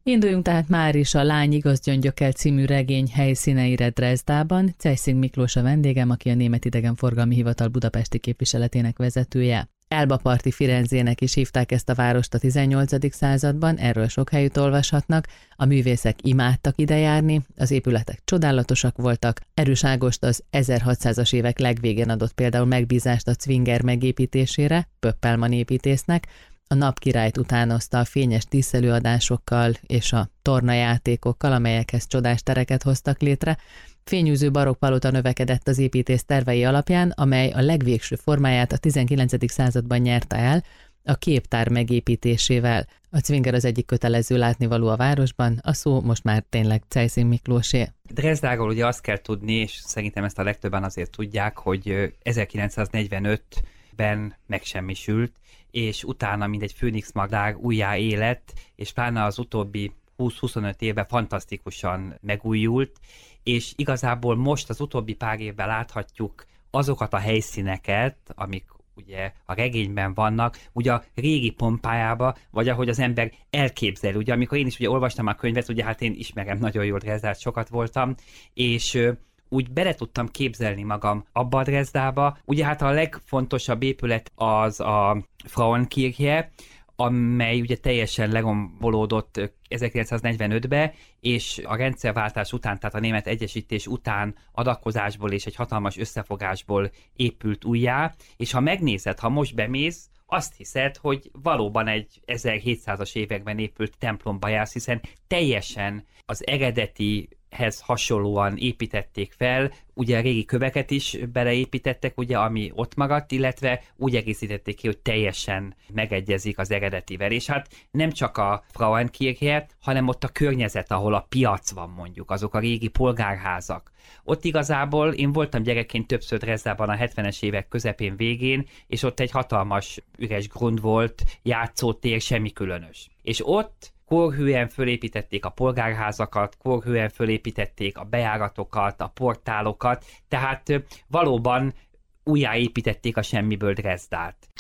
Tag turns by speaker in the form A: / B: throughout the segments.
A: Induljunk tehát már is a Lány igazgyöngyökkel című regény helyszíneire Dresdában. Cejszink Miklós a vendégem, aki a Német Idegenforgalmi Hivatal budapesti képviseletének vezetője. Elba parti Firenzének is hívták ezt a várost a 18. században, erről sok helyütt olvashatnak. A művészek imádtak ide járni, az épületek csodálatosak voltak. Erős Ágost az 1600-as évek legvégén adott például megbízást a Zwinger megépítésére, Pöppelmann építésznek. A Napkirályt utánozta a fényes díszelőadásokkal és a tornajátékokkal, amelyekhez csodás tereket hoztak létre. Fényűző barokk palota növekedett az építész tervei alapján, amely a legvégső formáját a 19. században nyerte el, a képtár megépítésével. A Zwinger az egyik kötelező látnivaló a városban, a szó most már tényleg Cejszink Miklósé.
B: Dresdáról ugye azt kell tudni, és szerintem ezt a legtöbben azért tudják, hogy 1945-ben megsemmisült, és utána mindegy főnix madár újjá élet, és pláne az utóbbi 20-25 évben fantasztikusan megújult, és igazából most az utóbbi pár évben láthatjuk azokat a helyszíneket, amik ugye a regényben vannak, ugye a régi Pompájába, vagy ahogy az ember elképzel. Ugye amikor én is ugye olvastam a könyvet, ugye hát én ismerem nagyon jól Dresdát, sokat voltam, és úgy bele tudtam képzelni magam abba a Dresdába. Ugye hát a legfontosabb épület az a Frauenkirche, amely ugye teljesen lerombolódott 1945-ben, és a rendszerváltás után, tehát a német egyesítés után adakozásból és egy hatalmas összefogásból épült újjá, és ha megnézed, ha most bemész, azt hiszed, hogy valóban egy 1700-as években épült templomba jársz, hiszen teljesen az eredetihez hasonlóan építették fel, ugye a régi köveket is beleépítettek, ugye, ami ott maradt, illetve úgy egészítették ki, hogy teljesen megegyezik az eredetivel. És hát nem csak a Frauenkirche, hanem ott a környezet, ahol a piac van mondjuk, azok a régi polgárházak. Ott igazából én voltam gyerekként többször Dresdában a 70-es évek közepén végén, és ott egy hatalmas üres grund volt, játszótér, semmi különös. És ott korhűen fölépítették a polgárházakat, korhűen fölépítették a bejáratokat, a portálokat, tehát valóban újjáépítették a semmiből Dresdát.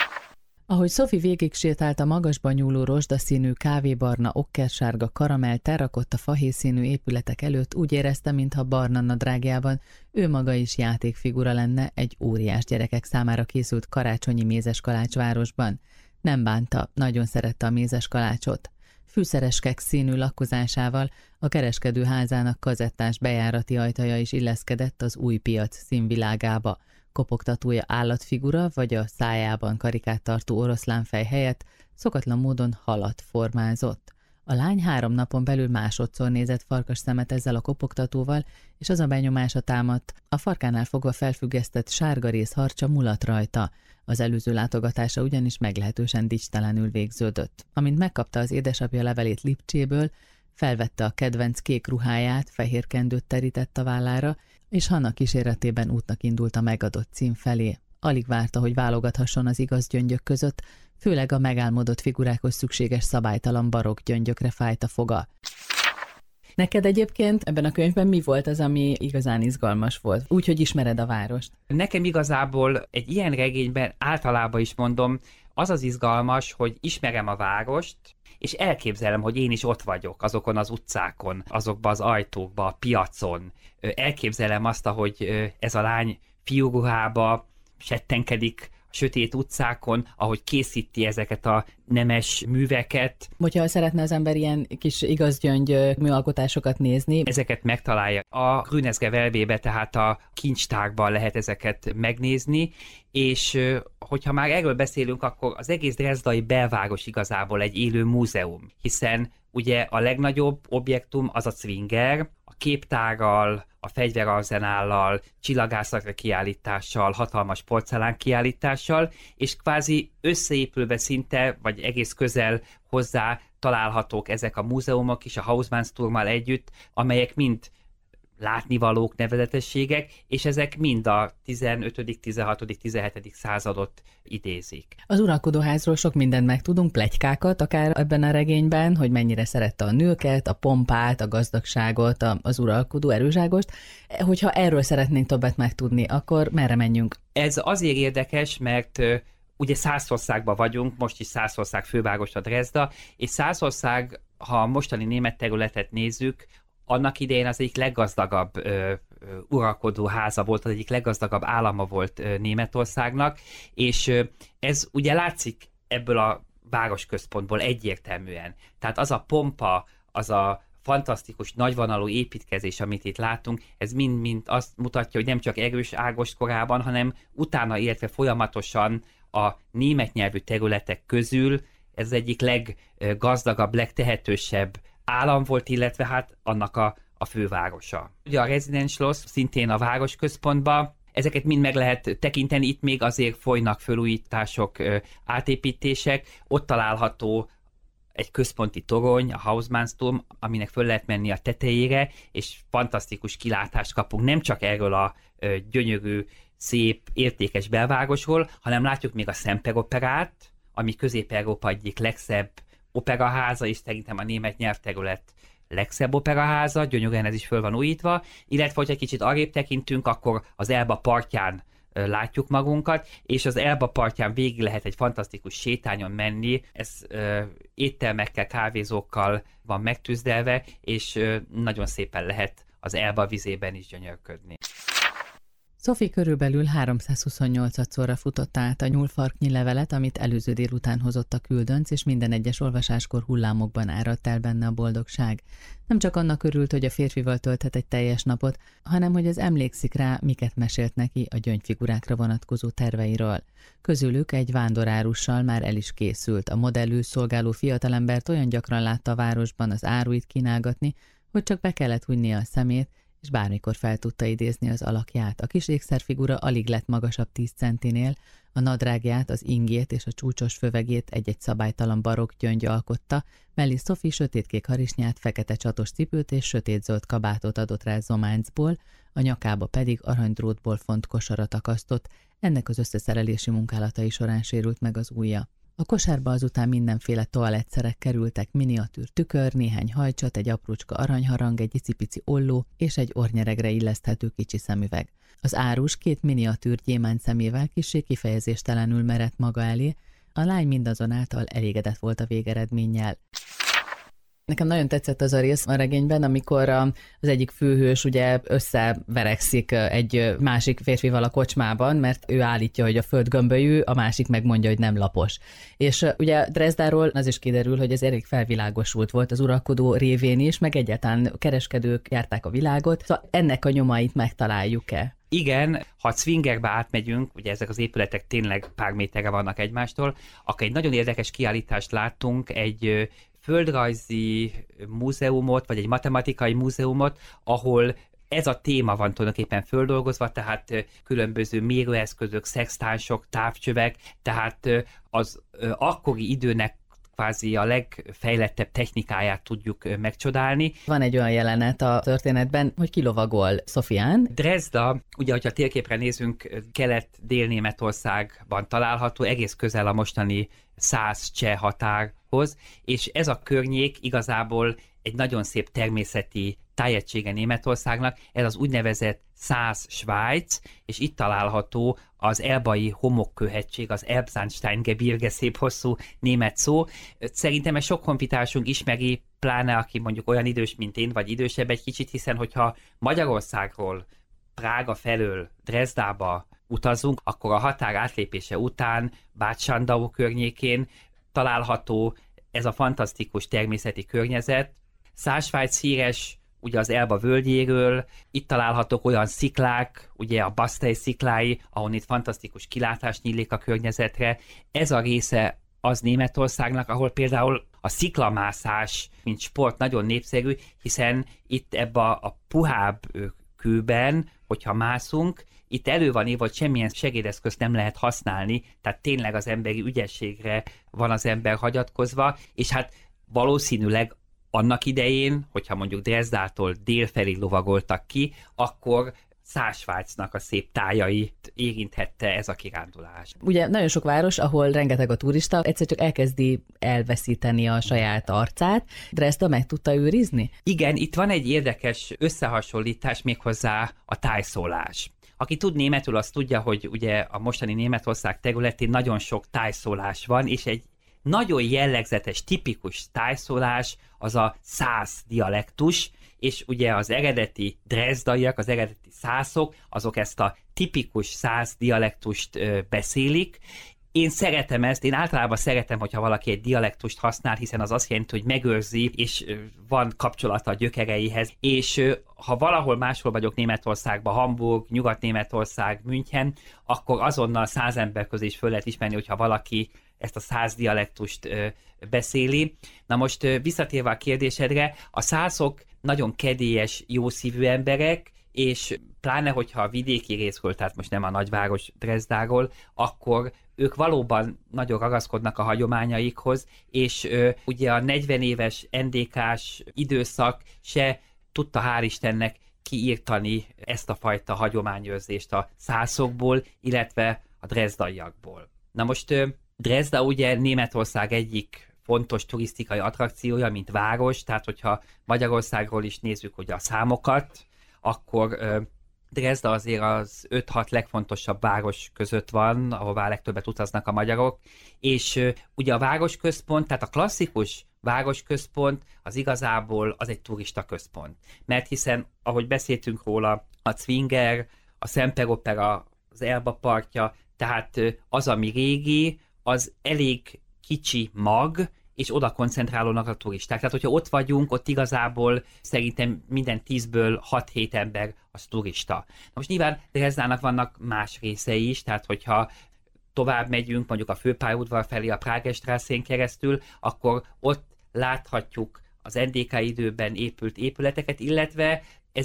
A: Ahogy Sophie végig sétált a magasban nyúló rozsdaszínű, kávébarna, okkersárga, karamell, terrakotta, fahéjszínű épületek előtt, úgy érezte, mintha barna nadrágjában ő maga is játékfigura lenne egy óriás gyerekek számára készült karácsonyi mézeskalács városban. Nem bánta, nagyon szerette a mézeskalácsot. Fűszeres keksz színű lakkozásával a kereskedőházának kazettás bejárati ajtaja is illeszkedett az új piac színvilágába. Kopogtatója állatfigura, vagy a szájában karikát tartó oroszlánfej helyett szokatlan módon halat formázott. A lány 3 napon belül másodszor nézett farkas szemet ezzel a kopogtatóval, és az a benyomása támadt, a farkánál fogva felfüggesztett sárgarész harcsa mulat rajta. Az előző látogatása ugyanis meglehetősen dicstelenül végződött. Amint megkapta az édesapja levelét Lipcséből, felvette a kedvenc kék ruháját, fehér kendőt terített a vállára, és Hanna kíséretében útnak indult a megadott cím felé. Alig várta, hogy válogathasson az igaz gyöngyök között, főleg a megálmodott figurákhoz szükséges szabálytalan barokk gyöngyökre fájt a foga. Neked egyébként ebben a könyvben mi volt az, ami igazán izgalmas volt? Úgy, hogy ismered a várost.
B: Nekem igazából egy ilyen regényben általában is mondom, az az izgalmas, hogy ismerem a várost, és elképzelem, hogy én is ott vagyok azokon az utcákon, azokban az ajtókban, a piacon. Elképzelem azt, hogy ez a lány fiúruhába settenkedik a sötét utcákon, ahogy készíti ezeket a nemes műveket.
A: Hogyha szeretne az ember ilyen kis igazgyöngy műalkotásokat nézni,
B: ezeket megtalálja. A Grünes Gewölbe, tehát a kincstárban lehet ezeket megnézni, és hogyha már erről beszélünk, akkor az egész drezdai belváros igazából egy élő múzeum, hiszen ugye a legnagyobb objektum az a Zwinger, a képtárral, a fegyverarzenállal, csillagászatra kiállítással, hatalmas porcelán kiállítással, és kvázi összeépülve szinte, vagy egész közel hozzá találhatók ezek a múzeumok is a Hausmannsturmmal együtt, amelyek mind látnivalók, nevezetességek, és ezek mind a 15., 16., 17. századot idézik.
A: Az uralkodóházról sok mindent megtudunk, pletykákat, akár ebben a regényben, hogy mennyire szerette a nőket, a pompát, a gazdagságot, az uralkodó Erős Ágost. Hogyha erről szeretnénk többet megtudni, akkor merre menjünk?
B: Ez azért érdekes, mert ugye Szászországban vagyunk, most is Szászország főváros a Dresda, és Szászország Ha a mostani német területet nézzük, annak idején az egyik leggazdagabb uralkodó háza volt, az egyik leggazdagabb állama volt Németországnak, és ez ugye látszik ebből a városközpontból egyértelműen. Tehát az a pompa, az a fantasztikus, nagyvonalú építkezés, amit itt látunk, ez mind-mind azt mutatja, hogy nem csak erős Ágost korában, hanem utána, illetve folyamatosan a német nyelvű területek közül ez egyik leggazdagabb, legtehetősebb állam volt, illetve hát annak a fővárosa. Ugye a Residenzschloss szintén a városközpontban, ezeket mind meg lehet tekinteni, itt még azért folynak felújítások, átépítések, ott található egy központi torony, a Hausmannsturm, aminek föl lehet menni a tetejére, és fantasztikus kilátást kapunk nem csak erről a gyönyörű, szép, értékes belvárosról, hanem látjuk még a Semperoperát, ami Közép-Európa egyik legszebb operaháza, és szerintem a német nyelvterület legszebb operaháza, gyönyörűen ez is föl van újítva, illetve, hogyha egy kicsit arrébb tekintünk, akkor az Elba partján látjuk magunkat, és az Elba partján végig lehet egy fantasztikus sétányon menni, ez éttermekkel, kávézókkal van megtűzdelve, és nagyon szépen lehet az Elba vizében is gyönyörködni.
A: Sophie körülbelül 328-szorra futotta át a nyúlfarknyi levelet, amit előző délután hozott a küldönc, és minden egyes olvasáskor hullámokban áradt el benne a boldogság. Nem csak annak örült, hogy a férfival tölthet egy teljes napot, hanem hogy az emlékszik rá, miket mesélt neki a gyöngyfigurákra vonatkozó terveiről. Közülük egy vándorárussal már el is készült. A modellül szolgáló fiatalembert olyan gyakran látta a városban az áruit kínálgatni, hogy csak be kellett hunynia a szemét, és bármikor fel tudta idézni az alakját. A kis ékszerfigura alig lett magasabb 10 centinél, a nadrágját, az ingét és a csúcsos fövegét egy-egy szabálytalan barokk gyöngy alkotta, mellé Sophie sötétkék harisnyát, fekete csatos cipőt és sötétzöld kabátot adott rá zománcból, a nyakába pedig aranydrótból font kosarat akasztott, ennek az összeszerelési munkálatai során sérült meg az ujja. A kosárba azután mindenféle toalettszerek kerültek, miniatűr tükör, néhány hajcsat, egy aprócska aranyharang, egy icipici olló és egy ornyeregre illeszthető kicsi szemüveg. Az árus 2 miniatűr gyémánt szemével kissé kifejezéstelenül merett maga elé, a lány mindazonáltal elégedett volt a végeredménnyel. Nekem nagyon tetszett az a rész a regényben, amikor az egyik főhős ugye összeverekszik egy másik férfival a kocsmában, mert ő állítja, hogy a föld gömbölyű, a másik megmondja, hogy nem lapos. És ugye Dresdáról az is kiderül, hogy ez elég felvilágosult volt az uralkodó révén is, meg egyáltalán kereskedők járták a világot. Szóval ennek a nyomait megtaláljuk-e?
B: Igen, ha Zwingerbe átmegyünk, ugye ezek az épületek tényleg pár méterre vannak egymástól, akkor egy nagyon érdekes kiállítást láttunk, egy földrajzi múzeumot, vagy egy matematikai múzeumot, ahol ez a téma van tulajdonképpen földolgozva, tehát különböző mérőeszközök, szextánsok, távcsövek, tehát az akkori időnek kvázi a legfejlettebb technikáját tudjuk megcsodálni.
A: Van egy olyan jelenet a történetben, hogy kilovagol Szofián.
B: Dresda, ugye, hogyha térképre nézünk, Kelet-Dél-Németországban található, egész közel a mostani szász-cseh határhoz, és ez a környék igazából egy nagyon szép természeti tájegysége Németországnak, ez az úgynevezett Szász-Svájc, és itt található az elbai homokkőhegység, az Elbsandsteingebirge, szép hosszú német szó. Szerintem ez sok honfitársunk ismeri, pláne aki mondjuk olyan idős, mint én, vagy idősebb egy kicsit, hiszen hogyha Magyarországról Prága felől Dresdába utazunk, akkor a határ átlépése után Bad Schandau környékén található ez a fantasztikus természeti környezet. Szász-Svájc híres ugye az Elba völgyéről, itt találhatók olyan sziklák, ugye a Bastei sziklái, ahol itt fantasztikus kilátás nyílik a környezetre. Ez a része az Németországnak, ahol például a sziklamászás, mint sport nagyon népszerű, hiszen itt ebbe a puhább kőben, hogyha mászunk, itt elő van írva, hogy semmilyen segédeszközt nem lehet használni, tehát tényleg az emberi ügyességre van az ember hagyatkozva, és hát valószínűleg annak idején, hogyha mondjuk Dresdától délfelé lovagoltak ki, akkor Szász-Svájcnak a szép tájait érinthette ez a kirándulás.
A: Ugye nagyon sok város, ahol rengeteg a turista, egyszer csak elkezdi elveszíteni a saját arcát. Dresda meg tudta őrizni?
B: Igen, itt van egy érdekes összehasonlítás, méghozzá a tájszólás. Aki tud németül, az tudja, hogy ugye a mostani Németország területén nagyon sok tájszólás van, és egy nagyon jellegzetes, tipikus tájszólás az a szász dialektus, és ugye az eredeti drezdaiak, az eredeti szászok, azok ezt a tipikus szász dialektust beszélik. Én szeretem ezt, én általában szeretem, hogyha valaki egy dialektust használ, hiszen az azt jelenti, hogy megőrzi, és van kapcsolata a gyökereihez, és ha valahol máshol vagyok Németországban, Hamburg, Nyugat-Németország, München, akkor azonnal 100 ember közé is föl lehet ismerni, hogyha valaki ezt a szász dialektust beszéli. Na most visszatérve a kérdésedre, a szászok nagyon kedélyes, jószívű emberek, és pláne, hogyha a vidéki részről, tehát most nem a nagyváros Dresdáról, akkor ők valóban nagyon ragaszkodnak a hagyományaikhoz, és ugye a 40 éves NDK-s időszak se tudta hál' Istennek kiírtani ezt a fajta hagyományőrzést a szászokból, illetve a drezdaiakból. Na most Dresda ugye Németország egyik fontos turisztikai attrakciója, mint város, tehát hogyha Magyarországról is nézzük ugye a számokat, akkor Dresda azért az 5-6 legfontosabb város között van, ahová legtöbbet utaznak a magyarok, és ugye a városközpont, tehát a klasszikus városközpont az igazából az egy turista központ. Mert hiszen, ahogy beszéltünk róla, a Zwinger, a Semperopera, az Elba partja, tehát az, ami régi, az elég kicsi mag, és oda koncentrálódnak a turisták. Tehát, hogyha ott vagyunk, ott igazából szerintem minden 10-ből 6-7 ember az turista. Na most nyilván Dresdának vannak más részei is, tehát hogyha tovább megyünk mondjuk a főpályaudvar felé a Pragerstrasszén keresztül, akkor ott láthatjuk az NDK időben épült épületeket, illetve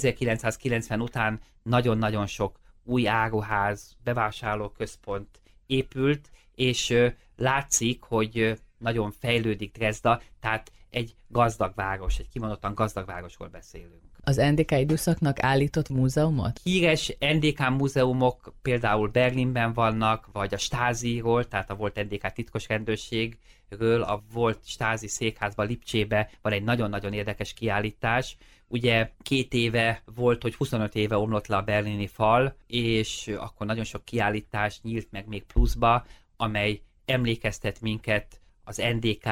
B: 1990 után nagyon-nagyon sok új áruház, bevásárlóközpont épült, és látszik, hogy nagyon fejlődik Dresda, tehát egy gazdag város, egy kimondottan gazdag városról beszélünk.
A: Az NDK időszaknak állított múzeumot?
B: Híres NDK múzeumok például Berlinben vannak, vagy a Stáziról, tehát a volt NDK titkos rendőrségről, a volt Stázi székházban Lipcsébe van egy nagyon-nagyon érdekes kiállítás. Ugye 2 éve volt, hogy 25 éve omlott le a berlini fal, és akkor nagyon sok kiállítás nyílt meg még pluszba, amely emlékeztet minket az NDK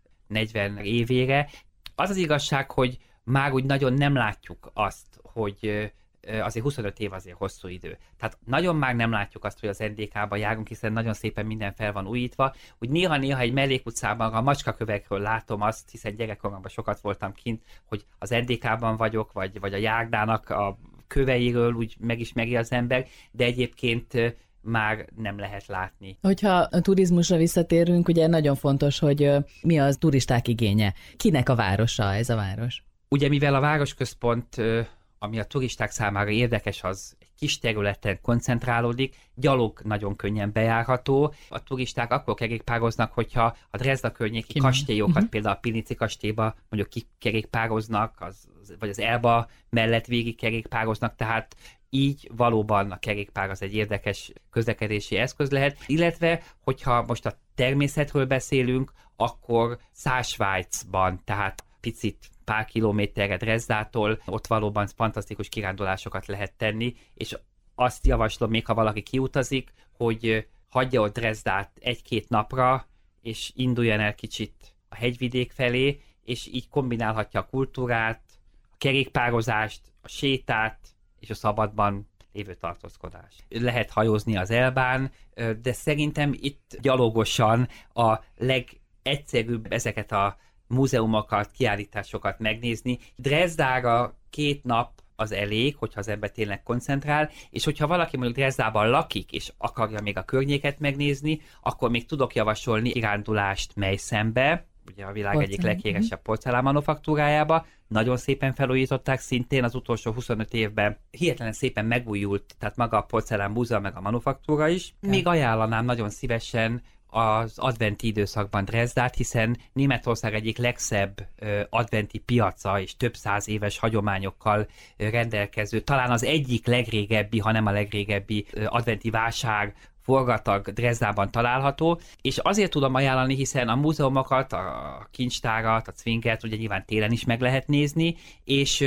B: 40 évére. Az az igazság, hogy már úgy nagyon nem látjuk azt, hogy azért 25 év azért hosszú idő. Tehát nagyon már nem látjuk azt, hogy az NDK-ban járunk, hiszen nagyon szépen minden fel van újítva. Úgy néha-néha egy mellékutcában a macskakövekről látom azt, hiszen gyerekkoromban sokat voltam kint, hogy az NDK-ban vagyok, vagy a Járdának a köveiről úgy megismeri az ember, de egyébként már nem lehet látni.
A: Hogyha a turizmusra visszatérünk, ugye nagyon fontos, hogy mi az turisták igénye. Kinek a városa ez a város?
B: Ugye mivel a városközpont, ami a turisták számára érdekes, az egy kis területen koncentrálódik, gyalog nagyon könnyen bejárható. A turisták akkor kerékpároznak, hogyha a Dresda környéki kastélyokat, például a Pilici kastélyba mondjuk kikerékpároznak, vagy az Elba mellett végig kerékpároznak, tehát így valóban a kerékpár az egy érdekes közlekedési eszköz lehet, illetve hogyha most a természetről beszélünk, akkor Szássvájcban, tehát picit pár kilométerre Dresdától, ott valóban fantasztikus kirándulásokat lehet tenni, és azt javaslom még, ha valaki kiutazik, hogy hagyja ott Dresdát 1-2 napra, és induljon el kicsit a hegyvidék felé, és így kombinálhatja a kultúrát, a kerékpározást, a sétát, és a szabadban lévő tartózkodást. Lehet hajózni az Elbán, de szerintem itt gyalogosan a legegyszerűbb ezeket a múzeumokat, kiállításokat megnézni. Dresdára 2 nap az elég, hogyha az ember tényleg koncentrál, és hogyha valaki mondjuk Dresdában lakik, és akarja még a környéket megnézni, akkor még tudok javasolni kirándulást Meisenbe, ugye a világ egyik leghíresebb porcelán manufaktúrájába. Nagyon szépen felújították szintén az utolsó 25 évben. Hihetlenen szépen megújult, tehát maga a porcelán múzeum meg a manufaktúra is. Még ajánlanám nagyon szívesen az adventi időszakban Dresdát, hiszen Németország egyik legszebb adventi piaca és több 100 éves hagyományokkal rendelkező, talán az egyik legrégebbi, ha nem a legrégebbi adventi vásár forgatag Dresdában található, és azért tudom ajánlani, hiszen a múzeumokat, a kincstárat, a Zwingert ugye nyilván télen is meg lehet nézni, és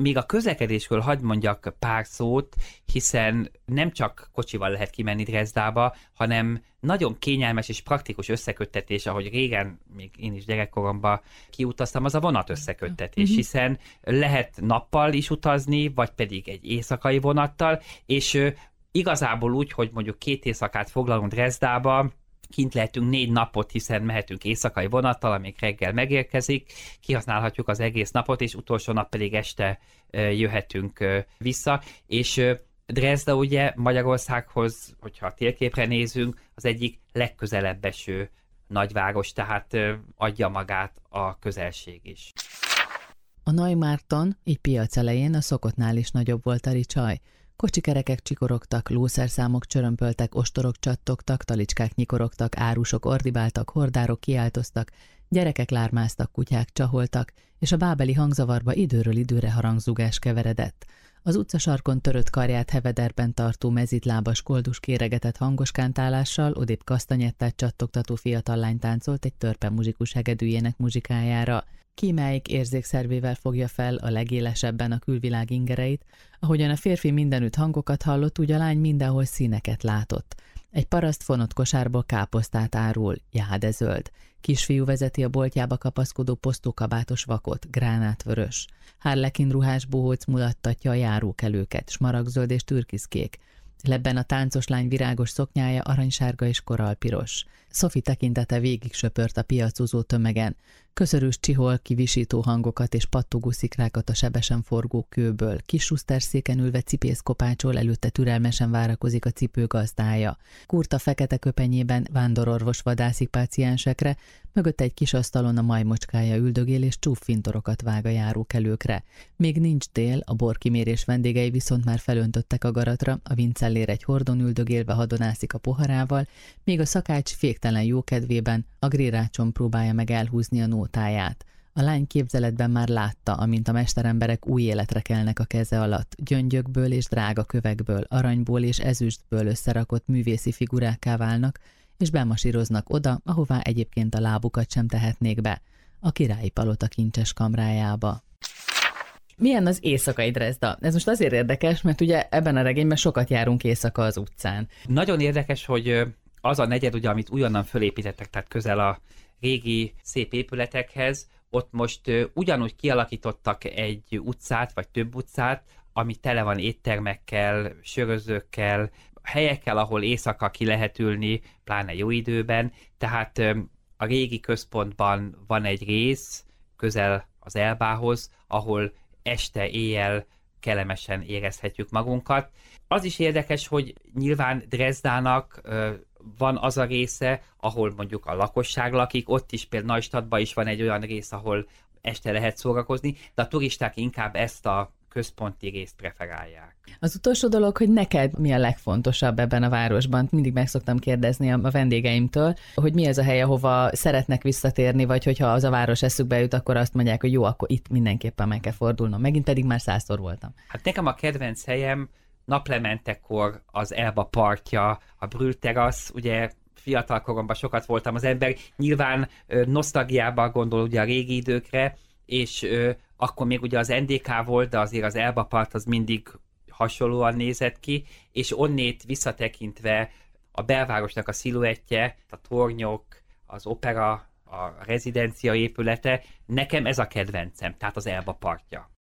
B: Még a közlekedésről hadd mondjak pár szót, hiszen nem csak kocsival lehet kimenni Dresdába, hanem nagyon kényelmes és praktikus összeköttetés, ahogy régen, még én is gyerekkoromban kiutaztam, az a vonat összeköttetés, hiszen lehet nappal is utazni, vagy pedig egy éjszakai vonattal, és igazából úgy, hogy mondjuk 2 éjszakát foglalunk Dresdába, kint lehetünk 4 napot, hiszen mehetünk éjszakai vonattal, amíg reggel megérkezik, kihasználhatjuk az egész napot, és utolsó nap pedig este jöhetünk vissza, és Dresda ugye Magyarországhoz, hogyha a térképre nézünk, az egyik legközelebb eső nagyváros, tehát adja magát a közelség is.
A: A Neumarkton, így piac elején, a szokottnál is nagyobb volt a ricsaj. Kocsikerekek csikorogtak, lószerszámok csörömpöltek, ostorok csattogtak, talicskák nyikorogtak, árusok ordibáltak, hordárok kiáltoztak, gyerekek lármáztak, kutyák csaholtak, és a bábeli hangzavarba időről időre harangzugás keveredett. Az utcasarkon törött karját hevederben tartó mezitlábas koldus kéregetett hangos kántálással, odébb kasztanyettát csattogtató fiatal lány táncolt egy törpe muzsikus hegedűjének muzsikájára. Kímáik érzékszervével fogja fel a legélesebben a külvilág ingereit, ahogyan a férfi mindenütt hangokat hallott, úgy a lány mindenhol színeket látott. Egy paraszt fonott kosárból káposztát árul, jádezöld. Kisfiú vezeti a boltjába kapaszkodó posztókabátos vakot, gránátvörös. Harlekin ruhás bohóc mulattatja a járókelőket, smaragdzöld és türkiszkék. Lebben a táncos lány virágos szoknyája aranysárga és koralpiros. Sophie tekintete végig söpört a piacozó tömegen. Köszörűs csihol kivisító hangokat és pattogó szikrákat a sebesen forgó kőből. Kis suszterszéken ülve cipész kopácsol, előtte türelmesen várakozik a cipő gazdája. Kurta fekete köpenyében vándororvos vadászik páciensekre, mögött egy kis asztalon a majmocskája üldögél és csúffintorokat vág a járókelőkre. Még nincs tél, a borkimérés vendégei viszont már felöntöttek a garatra, a vincellér egy hordon üldögélve hadonászik a poharával, míg a szakács féktelen jókedvében a grérácson próbálja meg elhúzni a nótáját. A lány képzeletben már látta, amint a mesteremberek új életre kelnek a keze alatt, gyöngyökből és drága kövekből, aranyból és ezüstből összerakott művészi figurákká válnak, és bemasíroznak oda, ahová egyébként a lábukat sem tehetnék be, a királyi palota kincses kamrájába. Milyen az éjszakai Dresda? Ez most azért érdekes, mert ugye ebben a regényben sokat járunk éjszaka az utcán.
B: Nagyon érdekes, hogy az a negyed, ugye, amit újonnan fölépítettek, tehát közel a régi szép épületekhez, ott most ugyanúgy kialakítottak egy utcát, vagy több utcát, ami tele van éttermekkel, sörözőkkel, helyekkel, ahol éjszaka ki lehet ülni, pláne jó időben. Tehát a régi központban van egy rész, közel az Elbához, ahol este, éjjel kellemesen érezhetjük magunkat. Az is érdekes, hogy nyilván Dresdának van az a része, ahol mondjuk a lakosság lakik, ott is például Neustadtban is van egy olyan rész, ahol este lehet szórakozni, de a turisták inkább ezt a központi részt preferálják.
A: Az utolsó dolog, hogy neked mi a legfontosabb ebben a városban? Mindig meg szoktam kérdezni a vendégeimtől, hogy mi az a hely, ahova szeretnek visszatérni, vagy hogyha az a város eszükbe jut, akkor azt mondják, hogy jó, akkor itt mindenképpen meg kell fordulnom. Megint pedig már 100-szor voltam.
B: Hát nekem a kedvenc helyem naplementekor az Elba partja, a Brühl terasz, ugye fiatal koromban sokat voltam, az ember nyilván nosztalgiában gondol ugye a régi időkre, és akkor még ugye az NDK volt, de azért az Elba part az mindig hasonlóan nézett ki, és onnét visszatekintve a belvárosnak a sziluettje, a tornyok, az opera, a rezidencia épülete, nekem ez a kedvencem, tehát az Elba partja.